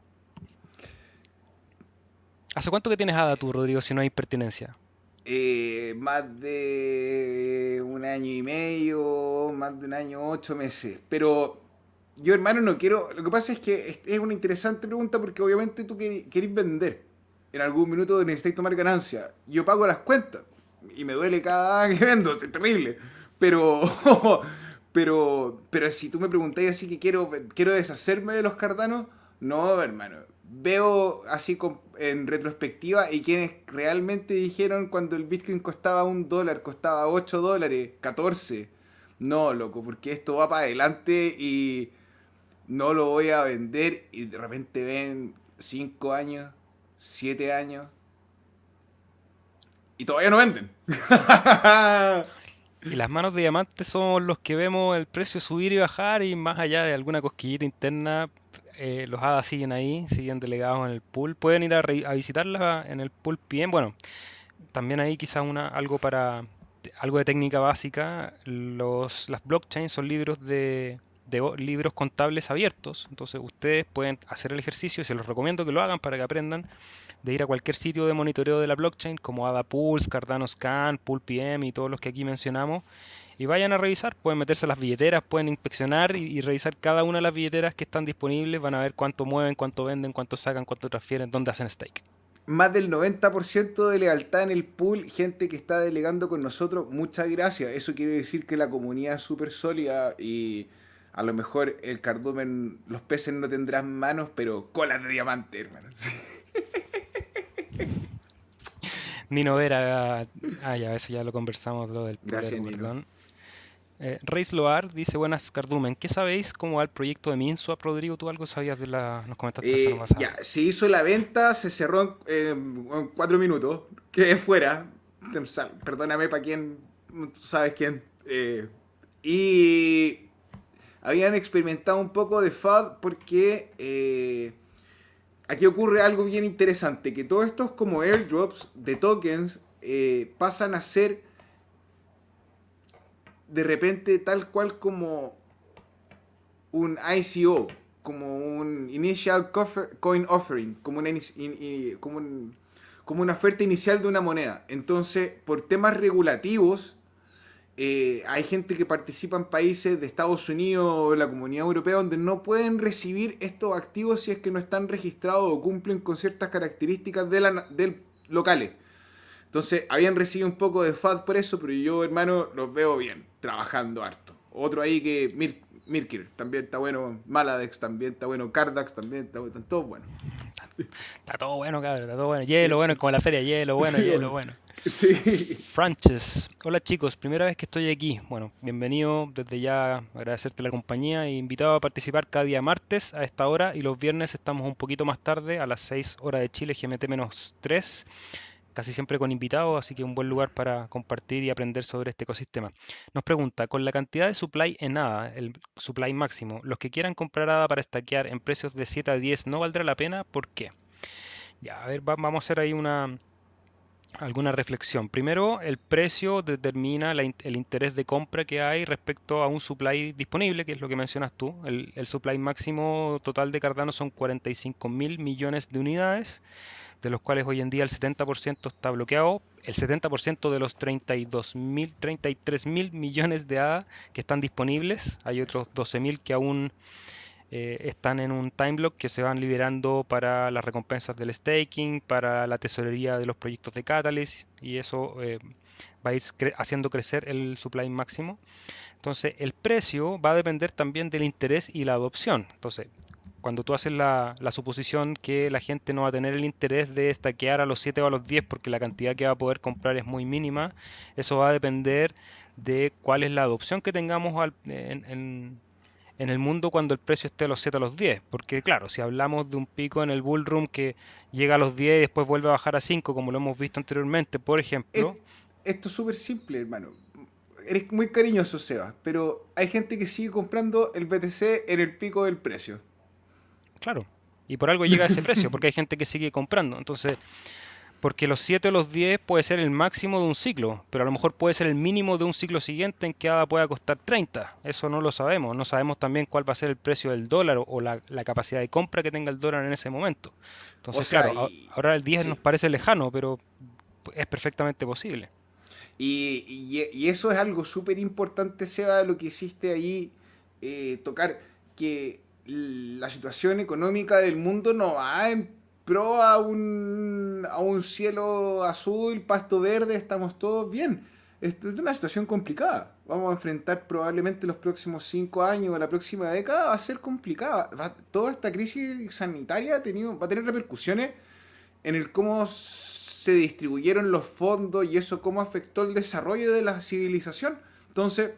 ¿Hace cuánto que tienes A D A tú, Rodrigo, si no hay impertinencia? Eh, más de un año y medio, más de un año, ocho meses. Pero yo, hermano, no quiero. Lo que pasa es que es es una interesante pregunta porque obviamente tú queri- querés vender. En algún minuto necesitáis tomar ganancia. Yo pago las cuentas y me duele cada que vendo, es terrible. Pero, pero, pero si tú me preguntáis así que quiero, quiero deshacerme de los cardanos, no, hermano. Veo así con- en retrospectiva y quienes realmente dijeron cuando el Bitcoin costaba un dólar, costaba ocho dólares, catorce. No, loco, porque esto va para adelante y no lo voy a vender y de repente ven cinco años, siete años y todavía no venden. Y las manos de diamante son los que vemos el precio subir y bajar y más allá de alguna cosquillita interna, eh, los hadas siguen ahí, siguen delegados en el pool. Pueden ir a, re- a visitarlas en el pool P M. Bueno, también ahí quizás una, algo para algo de técnica básica. Los, las blockchains son libros de, de o- libros contables abiertos. Entonces ustedes pueden hacer el ejercicio y se los recomiendo que lo hagan para que aprendan de ir a cualquier sitio de monitoreo de la blockchain como A D A Pulse, Cardano Scan, Pool P M y todos los que aquí mencionamos y vayan a revisar, pueden meterse a las billeteras, pueden inspeccionar y, y revisar cada una de las billeteras que están disponibles, van a ver cuánto mueven, cuánto venden, cuánto sacan, cuánto transfieren, dónde hacen stake. Más del noventa por ciento de lealtad en el pool, gente que está delegando con nosotros, muchas gracias. Eso quiere decir que la comunidad es súper sólida y a lo mejor el cardumen, los peces no tendrán manos, pero colas de diamante, hermano. Sí. Nino Vera, ah ya, eso ya lo conversamos, lo del pool Gracias, Ergo, Nino. perdón. Eh, Reis Loar dice, buenas Cardumen, ¿qué sabéis cómo va el proyecto de MinSwap, Rodrigo? ¿Tú algo sabías de la... nos comentaste la semana Eh, pasada? ya, se hizo la venta, se cerró en, en cuatro minutos, quedé fuera. Perdóname para quién, tú sabes quién. Eh, y habían experimentado un poco de F U D porque eh, aquí ocurre algo bien interesante, que todos estos como airdrops de tokens eh, pasan a ser de repente tal cual como un I C O, como un Initial Coin Offering, como una, como, un, como una oferta inicial de una moneda. Entonces, por temas regulativos, eh, hay gente que participa en países de Estados Unidos o la Comunidad Europea donde no pueden recibir estos activos si es que no están registrados o cumplen con ciertas características de la, del locales. Entonces, habían recibido un poco de F A D por eso, pero yo, hermano, los veo bien, trabajando harto. Otro ahí que Mir Mirkir también está bueno, Maladex también está bueno, Cardax también está bueno, están todos buenos. Está todo bueno, cabrón, está todo bueno. Sí, Hielo bueno, como la feria, hielo bueno, sí, hielo bueno. bueno. Sí. Franches, hola chicos, primera vez que estoy aquí. Bueno, bienvenido desde ya, agradecerte la compañía e invitado a participar cada día martes a esta hora y los viernes estamos un poquito más tarde, a las seis horas de Chile, G M T menos tres, casi siempre con invitados, así que un buen lugar para compartir y aprender sobre este ecosistema. Nos pregunta, con la cantidad de supply en A D A, el supply máximo, los que quieran comprar A D A para stackear en precios de siete a diez, ¿no valdrá la pena? ¿Por qué? Ya, a ver, va- vamos a hacer ahí una, alguna reflexión. Primero, el precio determina la in- el interés de compra que hay respecto a un supply disponible, que es lo que mencionas tú. El, el supply máximo total de Cardano son cuarenta y cinco mil millones de unidades, de los cuales hoy en día el setenta por ciento está bloqueado. El setenta por ciento de los treinta y dos mil, treinta y tres mil millones de A D A que están disponibles. Hay otros doce mil que aún eh, están en un time block que se van liberando para las recompensas del staking, para la tesorería de los proyectos de Catalyst y eso eh, va a ir cre haciendo crecer el supply máximo. Entonces, el precio va a depender también del interés y la adopción. Entonces, cuando tú haces la, la suposición que la gente no va a tener el interés de stackear a los siete o a los diez porque la cantidad que va a poder comprar es muy mínima, eso va a depender de cuál es la adopción que tengamos al, en, en, en el mundo cuando el precio esté a los siete a los diez. Porque claro, si hablamos de un pico en el bull run que llega a los diez y después vuelve a bajar a cinco, como lo hemos visto anteriormente, por ejemplo, Et- Esto es súper simple, hermano. Eres muy cariñoso, Seba, pero hay gente que sigue comprando el B T C en el pico del precio. claro. Y por algo llega a ese precio, porque hay gente que sigue comprando. Entonces, porque los siete o los diez puede ser el máximo de un ciclo, pero a lo mejor puede ser el mínimo de un ciclo siguiente en que A D A pueda costar treinta. Eso no lo sabemos. No sabemos también cuál va a ser el precio del dólar o, o la, la capacidad de compra que tenga el dólar en ese momento. O Entonces, sea, claro, a- y ahora el diez nos sí. parece lejano, pero es perfectamente posible. Y, y- y eso es algo súper importante, Seba, lo que hiciste ahí, eh, tocar, que la situación económica del mundo no va en pro a un, a un cielo azul, pasto verde, estamos todos bien. Esto es una situación complicada. Vamos a enfrentar probablemente los próximos cinco años o la próxima década, va a ser complicada. Va- toda esta crisis sanitaria ha tenido, va a tener repercusiones en el cómo se distribuyeron los fondos y eso cómo afectó el desarrollo de la civilización. Entonces,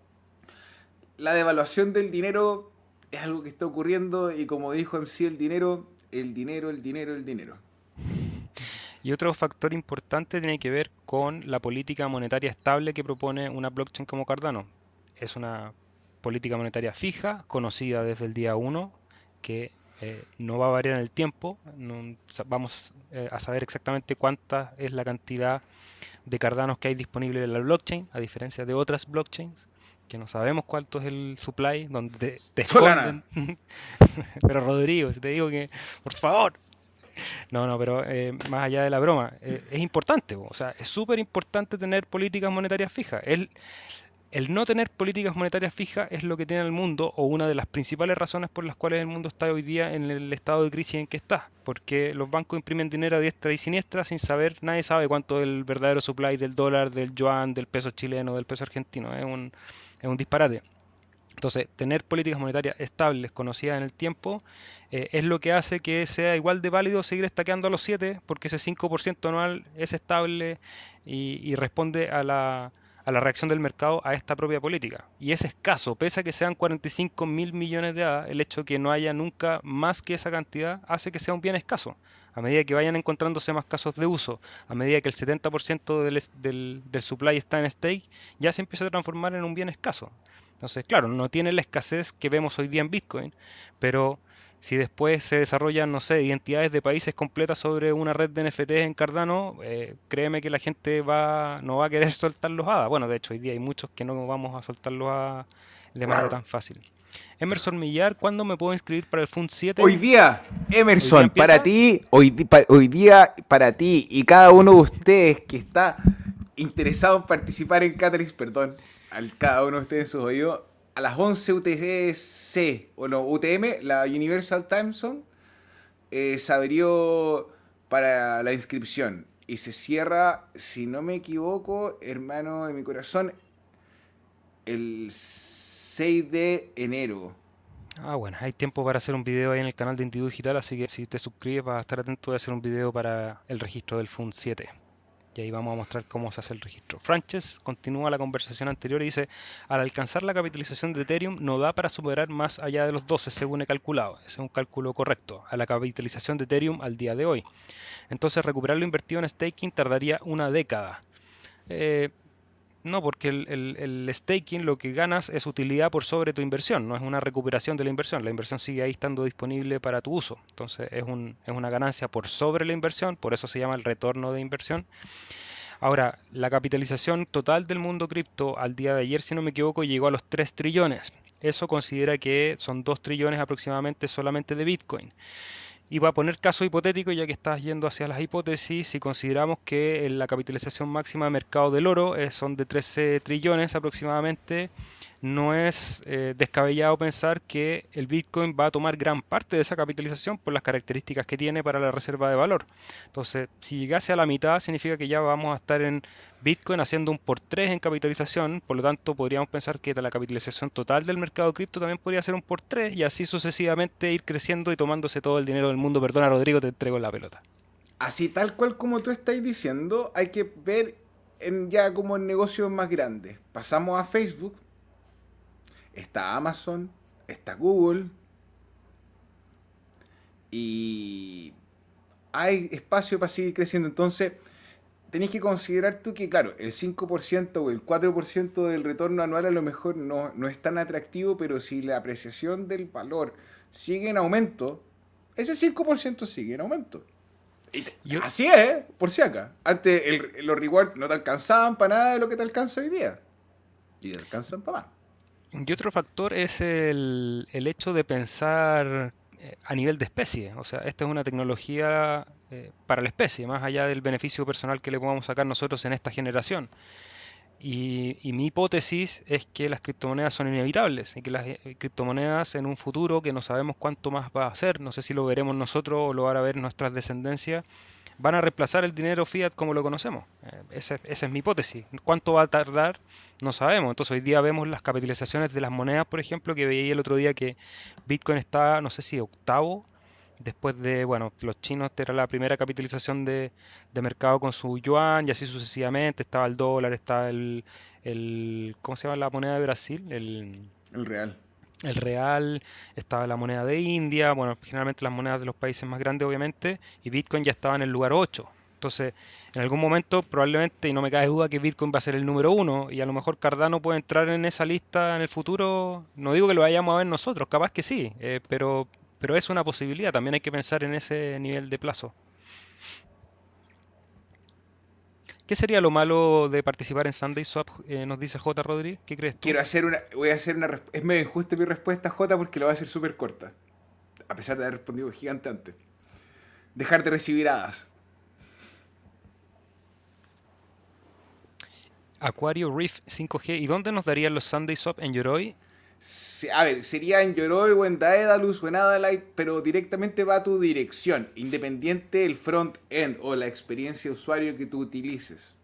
la devaluación del dinero es algo que está ocurriendo y como dijo M C, el dinero, el dinero, el dinero, el dinero. Y otro factor importante tiene que ver con la política monetaria estable que propone una blockchain como Cardano. Es una política monetaria fija, conocida desde el día uno, que eh, no va a variar en el tiempo. No sa- vamos eh, a saber exactamente cuánta es la cantidad de Cardanos que hay disponible en la blockchain, a diferencia de otras blockchains, que no sabemos cuánto es el supply, donde te, te Solana. esconden. Pero Rodrigo, si te digo que, por favor, no, no, pero eh, más allá de la broma, eh, es importante, po, o sea, es súper importante tener políticas monetarias fijas. El, el no tener políticas monetarias fijas es lo que tiene el mundo, o una de las principales razones por las cuales el mundo está hoy día en el estado de crisis en que está, porque los bancos imprimen dinero a diestra y siniestra sin saber, nadie sabe cuánto es el verdadero supply del dólar, del yuan, del peso chileno, del peso argentino, es un, es un disparate. Entonces, tener políticas monetarias estables, conocidas en el tiempo, eh, es lo que hace que sea igual de válido seguir estaqueando a los siete, porque ese cinco por ciento anual es estable y, y responde a la, a la reacción del mercado a esta propia política. Y es escaso, pese a que sean cuarenta y cinco mil millones de A D A, el hecho de que no haya nunca más que esa cantidad hace que sea un bien escaso. A medida que vayan encontrándose más casos de uso, a medida que el setenta por ciento del, del, del supply está en stake, ya se empieza a transformar en un bien escaso. Entonces, claro, no tiene la escasez que vemos hoy día en Bitcoin, pero si después se desarrollan, no sé, identidades de países completas sobre una red de N F Ts en Cardano, eh, créeme que la gente va, no va a querer soltar los A D A. Bueno, de hecho, hoy día hay muchos que no vamos a soltar los A D A de manera tan fácil. Emerson Millar, ¿cuándo me puedo inscribir para el Fund Hoy siete? día, ¿Hoy día Emerson, para empieza? ti, hoy, di- pa- hoy día, para ti y cada uno de ustedes que está interesado en participar en Catalyst, perdón, al cada uno de ustedes en sus oídos, a las once U T C, o no, U T M, la Universal Time Zone, eh, se abrió para la inscripción y se cierra, si no me equivoco, hermano de mi corazón, el seis de enero. Ah, bueno, hay tiempo para hacer un video ahí en el canal de Individuo Digital, así que si te suscribes vas a estar atento a hacer un video para el registro del Fund siete. Y ahí vamos a mostrar cómo se hace el registro. Frances continúa la conversación anterior y dice, al alcanzar la capitalización de Ethereum no da para superar más allá de los doce según he calculado. Ese es un cálculo correcto. A la capitalización de Ethereum al día de hoy. Entonces recuperar lo invertido en staking tardaría una década. Eh, no, porque el, el- el staking lo que ganas es utilidad por sobre tu inversión, no es una recuperación de la inversión. La inversión sigue ahí estando disponible para tu uso. Entonces es un- es una ganancia por sobre la inversión, por eso se llama el retorno de inversión. Ahora, la capitalización total del mundo cripto al día de ayer, si no me equivoco, llegó a los tres trillones. Eso considera que son dos trillones aproximadamente solamente de Bitcoin. Y va a poner caso hipotético, ya que estás yendo hacia las hipótesis, si consideramos que la capitalización máxima de mercado del oro eh, son de trece trillones aproximadamente, no es eh, descabellado pensar que el Bitcoin va a tomar gran parte de esa capitalización por las características que tiene para la reserva de valor. Entonces, si llegase a la mitad, significa que ya vamos a estar en Bitcoin haciendo un por tres en capitalización, por lo tanto podríamos pensar que la capitalización total del mercado cripto también podría ser un por tres y así sucesivamente ir creciendo y tomándose todo el dinero del mundo. Perdona Rodrigo, te entrego la pelota. Así tal cual como tú estás diciendo, hay que ver en ya como en negocios más grandes. Pasamos a Facebook, está Amazon, está Google y hay espacio para seguir creciendo. Entonces, tenéis que considerar tú que, claro, el cinco por ciento o el cuatro por ciento del retorno anual a lo mejor no, no es tan atractivo, pero si la apreciación del valor sigue en aumento, ese cinco por ciento sigue en aumento. Y te- Yo, así es, por si acá. Antes el- los rewards no te alcanzaban para nada de lo que te alcanza hoy día. Y te alcanzan para más. y otro factor es el, el hecho de pensar eh, a nivel de especie. O sea, esta es una tecnología eh, para la especie, más allá del beneficio personal que le podamos sacar nosotros en esta generación. Y, y mi hipótesis es que las criptomonedas son inevitables y que las eh, criptomonedas en un futuro que no sabemos cuánto más va a ser, no sé si lo veremos nosotros o lo van a ver nuestras descendencias, van a reemplazar el dinero fiat como lo conocemos. Eh, esa, esa es mi hipótesis. ¿Cuánto va a tardar? No sabemos. Entonces hoy día vemos las capitalizaciones de las monedas, por ejemplo, que veía el otro día que Bitcoin está, no sé si octavo, después de, bueno, los chinos era la primera capitalización de, de mercado con su yuan y así sucesivamente. Estaba el dólar, estaba el, el, ¿cómo se llama la moneda de Brasil? El, El real. el real, estaba la moneda de India, bueno, generalmente las monedas de los países más grandes, obviamente, y Bitcoin ya estaba en el lugar ocho. Entonces, en algún momento, probablemente, y no me cabe duda que Bitcoin va a ser el número uno, y a lo mejor Cardano puede entrar en esa lista en el futuro. No digo que lo vayamos a ver nosotros, capaz que sí, eh, pero, pero es una posibilidad. También hay que pensar en ese nivel de plazo. ¿Qué sería lo malo de participar en Sunday Swap? Eh, nos dice J. Rodríguez. ¿Qué crees tú? Quiero hacer una. Voy a hacer una. resp- Es medio injusta mi respuesta, J, porque lo voy a hacer súper corta. A pesar de haber respondido gigante antes. Dejar de recibir hadas. Aquario Reef cinco G. ¿Y dónde nos darían los Sunday Swap en Yoroi? Se- A ver, sería en Yoroi o en Daedalus o en Adalite, pero directamente va a tu dirección, independiente del front-end o la experiencia de usuario que tú utilices.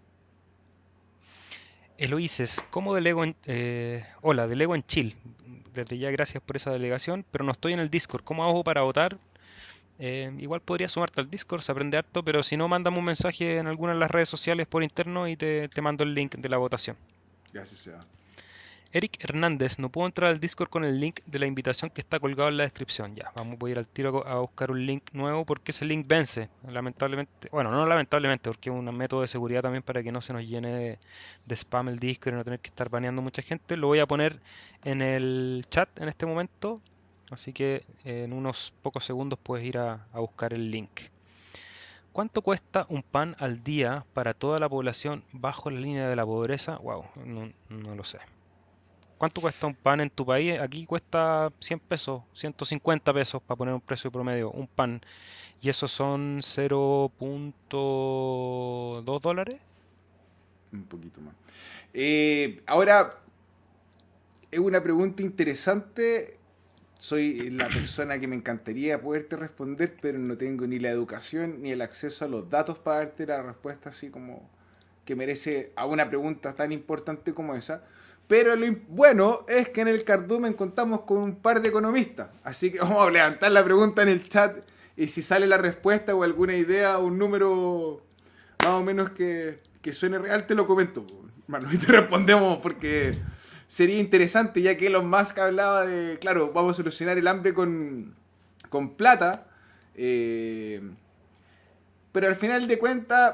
Eloíses, ¿cómo delego en... eh, hola, delego en Chill. Desde ya gracias por esa delegación, pero no estoy en el Discord. ¿Cómo hago para votar? Eh, igual podría sumarte al Discord, se aprende harto, pero si no, mándame un mensaje en alguna de las redes sociales por interno y te, te mando el link de la votación. Gracias, Seba. Eric Hernández, no puedo entrar al Discord con el link de la invitación que está colgado en la descripción. Ya, vamos, voy a ir al tiro a buscar un link nuevo porque ese link vence. Lamentablemente, bueno, no lamentablemente, porque es un método de seguridad también para que no se nos llene de, de spam el Discord y no tener que estar baneando mucha gente. Lo voy a poner en el chat en este momento, así que eh, en unos pocos segundos puedes ir a, a buscar el link. ¿Cuánto cuesta un pan al día para toda la población bajo la línea de la pobreza? Wow, no, no lo sé. ¿Cuánto cuesta un pan en tu país? Aquí cuesta cien pesos, ciento cincuenta pesos para poner un precio promedio, un pan. Y eso son cero punto dos dólares. Un poquito más. Eh, ahora, es una pregunta interesante. Soy la persona que me encantaría poderte responder, pero no tengo ni la educación ni el acceso a los datos para darte la respuesta así como que merece a una pregunta tan importante como esa. Pero lo bueno es que en el cardumen contamos con un par de economistas. Así que vamos a levantar la pregunta en el chat y si sale la respuesta o alguna idea, un número más o menos que, que suene real, te lo comento, hermano, y te respondemos porque sería interesante, ya que Elon Musk hablaba de, claro, vamos a solucionar el hambre con, con plata, eh, pero al final de cuentas,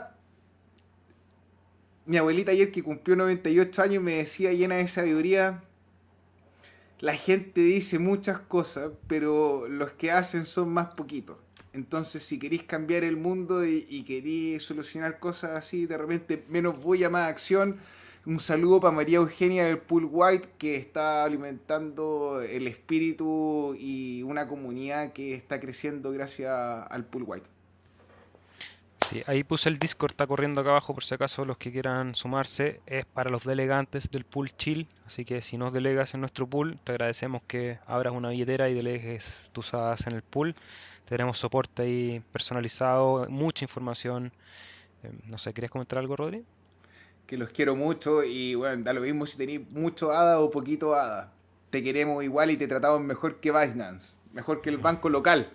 mi abuelita ayer que cumplió noventa y ocho años me decía llena de sabiduría, la gente dice muchas cosas, pero los que hacen son más poquitos. Entonces, si queréis cambiar el mundo y, y queréis solucionar cosas así, de repente menos bulla, más acción. Un saludo para María Eugenia del Pool White, que está alimentando el espíritu y una comunidad que está creciendo gracias al Pool White. Sí, ahí puse el Discord, está corriendo acá abajo por si acaso los que quieran sumarse. Es para los delegantes del pool chill, así que si nos delegas en nuestro pool, te agradecemos que abras una billetera y delegues tus hadas en el pool. Tenemos soporte ahí personalizado, mucha información. Eh, no sé, ¿quieres comentar algo, Rodri? Que los quiero mucho y bueno, da lo mismo si tenéis mucho hada o poquito hada. Te queremos igual y te tratamos mejor que Binance, mejor que el banco local.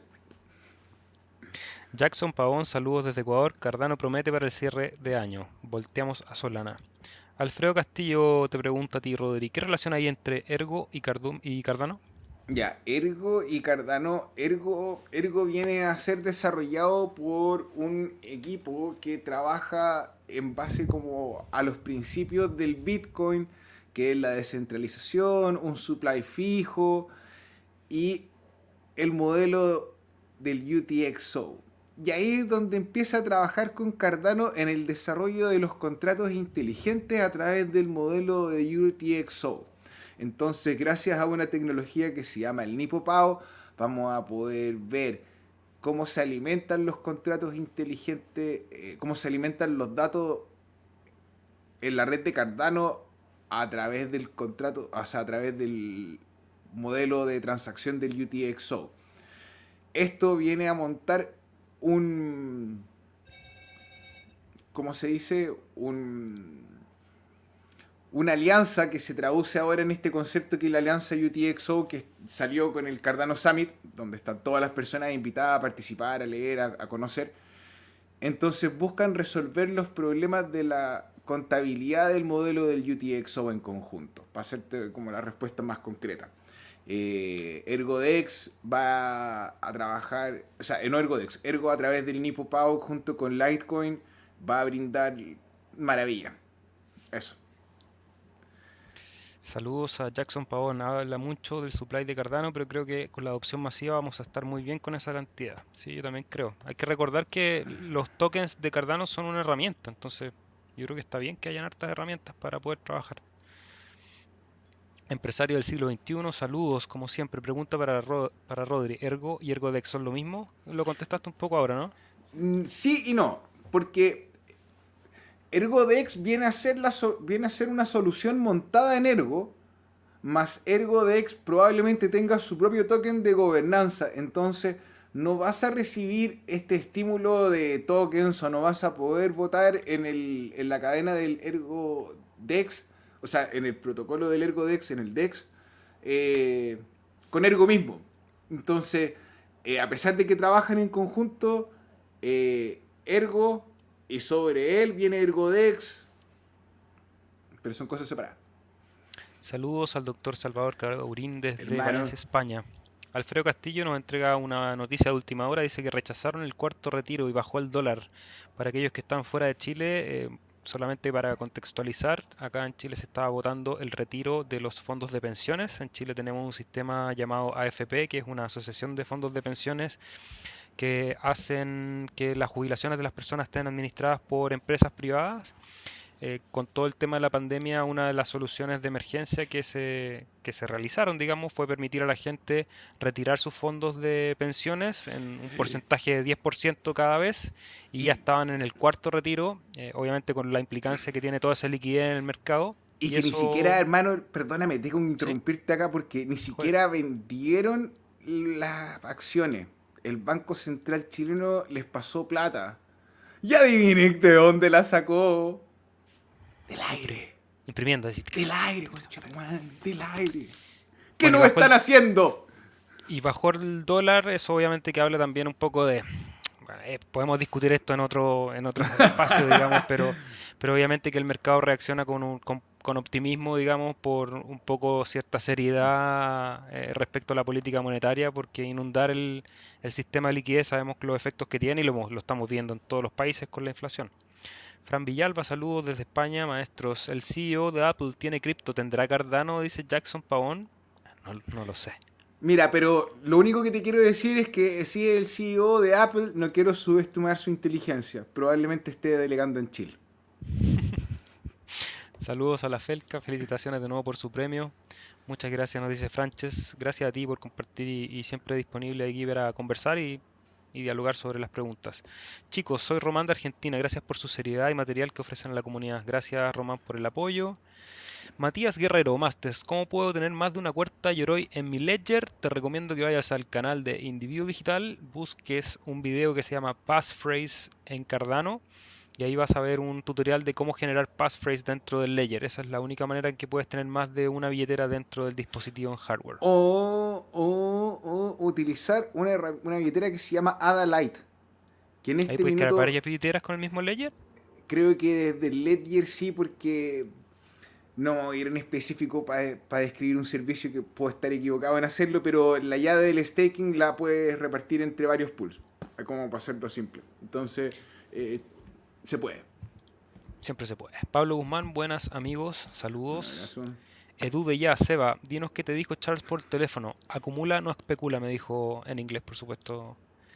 Jackson Pavón, saludos desde Ecuador. Cardano promete para el cierre de año. Volteamos a Solana. Alfredo Castillo te pregunta a ti, Rodri, ¿qué relación hay entre Ergo y, Cardum- y Cardano? Ya, Ergo y Cardano. Ergo, Ergo viene a ser desarrollado por un equipo que trabaja en base como a los principios del Bitcoin, que es la descentralización, un supply fijo y el modelo del U T X O. Y ahí es donde empieza a trabajar con Cardano en el desarrollo de los contratos inteligentes a través del modelo de U T X O. Entonces, gracias a una tecnología que se llama el NipoPao, vamos a poder ver cómo se alimentan los contratos inteligentes, eh, cómo se alimentan los datos en la red de Cardano a través del contrato, o sea, a través del modelo de transacción del U T X O. Esto viene a montar un, ¿cómo se dice? Un, una alianza que se traduce ahora en este concepto que es la alianza U T X O, que salió con el Cardano Summit, donde están todas las personas invitadas a participar, a leer, a, a conocer. Entonces buscan resolver los problemas de la contabilidad del modelo del U T X O en conjunto, para hacerte como la respuesta más concreta. Eh, ErgoDex va a trabajar, o sea, no ErgoDex, Ergo a través del NipoPao junto con Litecoin va a brindar maravilla. Eso. Saludos a Jackson Pavón. Habla mucho del supply de Cardano, pero creo que con la adopción masiva vamos a estar muy bien con esa cantidad. Sí, yo también creo. Hay que recordar que los tokens de Cardano son una herramienta, entonces yo creo que está bien que hayan hartas herramientas para poder trabajar. Empresario del siglo veintiuno, saludos, como siempre. Pregunta para, Ro- para Rodri. ¿Ergo y ErgoDex son lo mismo? Lo contestaste un poco ahora, ¿no? Mm, Sí y no, porque ErgoDex viene a ser, la so- viene a ser una solución montada en Ergo, más ErgoDex probablemente tenga su propio token de gobernanza. Entonces, no vas a recibir este estímulo de tokens o no vas a poder votar en, el, en la cadena del ErgoDex, o sea, en el protocolo del ErgoDex, en el DEX, eh, con Ergo mismo. Entonces, eh, a pesar de que trabajan en conjunto, eh, Ergo y sobre él viene ErgoDex, pero son cosas separadas. Saludos al doctor Salvador Caraurín desde Hermano, Valencia, España. Alfredo Castillo nos entrega una noticia de última hora. Dice que rechazaron el cuarto retiro y bajó el dólar. Para aquellos que están fuera de Chile, eh, solamente para contextualizar, acá en Chile se estaba votando el retiro de los fondos de pensiones. En Chile tenemos un sistema llamado A F P, que es una asociación de fondos de pensiones que hacen que las jubilaciones de las personas estén administradas por empresas privadas. Eh, con todo el tema de la pandemia, una de las soluciones de emergencia que se, que se realizaron, digamos, fue permitir a la gente retirar sus fondos de pensiones en un porcentaje de diez por ciento cada vez y ya y, estaban en el cuarto retiro, eh, obviamente con la implicancia que tiene toda esa liquidez en el mercado. y Y que ni siquiera, eso, hermano, perdóname, tengo que sí, interrumpirte acá porque ni joder, siquiera vendieron las acciones. El Banco Central chileno les pasó plata. Y adivinen de dónde la sacó. Del impri- aire. imprimiendo, así. Del aire, concha tu madre, del aire. ¿Qué Bueno, y no bajó están el, haciendo? y bajó el dólar, eso obviamente que habla también un poco de, bueno, eh, podemos discutir esto en otro, en otros espacios, digamos, pero, pero obviamente que el mercado reacciona con, un- con, con optimismo, digamos, por un poco cierta seriedad eh, respecto a la política monetaria, porque inundar el, el sistema de liquidez sabemos que los efectos que tiene y lo, hemos- lo estamos viendo en todos los países con la inflación. Fran Villalba, saludos desde España, maestros. El C E O de Apple tiene cripto, ¿tendrá Cardano? Dice Jackson Pavón. No, no lo sé. Mira, pero lo único que te quiero decir es que si el C E O de Apple, no quiero subestimar su inteligencia. Probablemente esté delegando en Chile. Saludos a la Felca, felicitaciones de nuevo por su premio. Muchas gracias, nos dice Frances. Gracias a ti por compartir y, y siempre disponible aquí para conversar y, y dialogar sobre las preguntas. Chicos, soy Román de Argentina. Gracias por su seriedad y material que ofrecen a la comunidad. Gracias, Román, por el apoyo. Matías Guerrero, Masters, ¿cómo puedo tener más de una cuenta Yoroi en mi Ledger? Te recomiendo que vayas al canal de Individuo Digital, busques un video que se llama Passphrase en Cardano y ahí vas a ver un tutorial de cómo generar passphrase dentro del Ledger. Esa es la única manera en que puedes tener más de una billetera dentro del dispositivo en hardware. O, o, o utilizar una, herra- una billetera que se llama Ada Lite. Que en Ahí este puedes crear minuto varias billeteras con el mismo Ledger. creo que desde el Ledger sí, porque no ir en específico para describir un servicio que puedo estar equivocado en hacerlo, pero la llave del staking la puedes repartir entre varios pools, como para hacerlo simple. Entonces, eh, se puede. Siempre se puede. Pablo Guzmán, buenas amigos, Un saludos. abrazo. Edu de ya, Seba, dinos qué te dijo Charles por teléfono. Acumula, no especula, me dijo en inglés, por supuesto.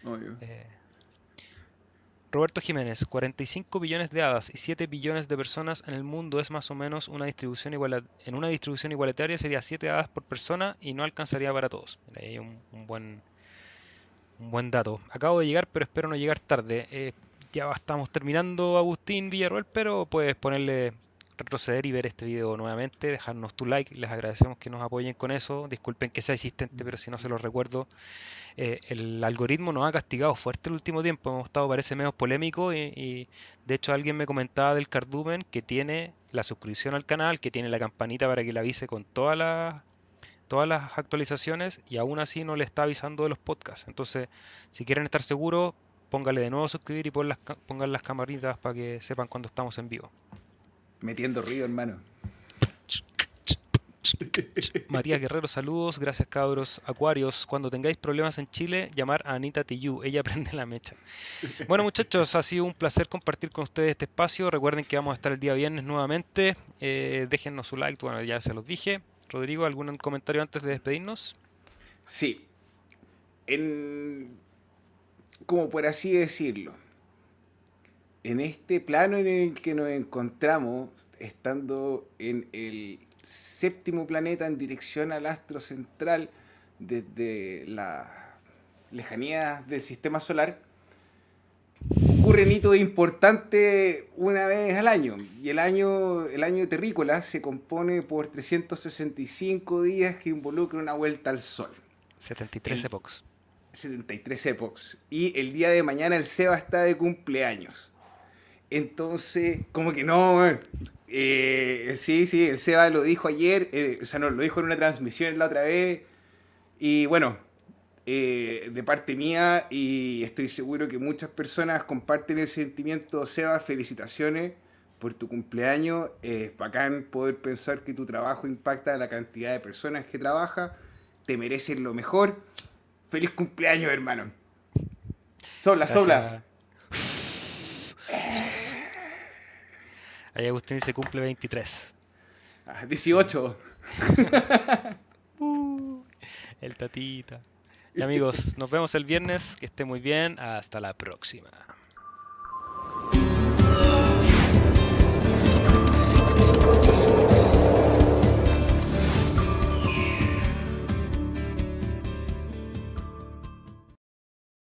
Obvio. Eh, Roberto Jiménez, cuarenta y cinco billones de hadas y siete billones de personas en el mundo es más o menos una distribución igual en una distribución igualitaria sería siete hadas por persona y no alcanzaría para todos. Mira, ahí hay un, un buen, un buen dato. Acabo de llegar, pero espero no llegar tarde. Eh, ya estamos terminando, Agustín Villarroel, pero puedes ponerle retroceder y ver este video nuevamente, dejarnos tu like, les agradecemos que nos apoyen con eso. Disculpen que sea insistente, pero si no se los recuerdo, eh, el algoritmo nos ha castigado fuerte el último tiempo. Hemos estado, parece, medio polémico y, y, de hecho alguien me comentaba del cardumen que tiene la suscripción al canal, que tiene la campanita para que le avise con todas las todas las actualizaciones y aún así no le está avisando de los podcasts. Entonces, si quieren estar seguros, póngale de nuevo a suscribir y pon las, pongan las camaritas para que sepan cuando estamos en vivo. Metiendo río, hermano. Matías Guerrero, saludos, gracias cabros. Acuarios, cuando tengáis problemas en Chile, llamar a Anita Tijoux, ella prende la mecha. Bueno muchachos, ha sido un placer compartir con ustedes este espacio. Recuerden que vamos a estar el día viernes nuevamente. Eh, déjennos su like, bueno, ya se los dije. Rodrigo, ¿algún comentario antes de despedirnos? Sí. En, como por así decirlo, en este plano en el que nos encontramos, estando en el séptimo planeta en dirección al astro central desde la lejanía del sistema solar, ocurren hitos importantes una vez al año. Y el año, el año terrícola se compone por trescientos sesenta y cinco días que involucran una vuelta al Sol. setenta y tres El epochs. setenta y tres epochs. Y el día de mañana el Seba está de cumpleaños. Entonces, como que no, eh, sí, sí, el Seba lo dijo ayer, eh, o sea, no, lo dijo en una transmisión la otra vez. Y bueno, eh, de parte mía, y estoy seguro que muchas personas comparten el sentimiento. Seba, felicitaciones por tu cumpleaños. Es bacán poder pensar que tu trabajo impacta a la cantidad de personas que trabaja. Te mereces lo mejor. Feliz cumpleaños, hermano. Sopla, sopla. Gracias. Ahí Agustín se cumple veintitrés. Ah, Sí. dieciocho. Uh, el tatita. Y amigos, nos vemos el viernes. Que esté muy bien. Hasta la próxima.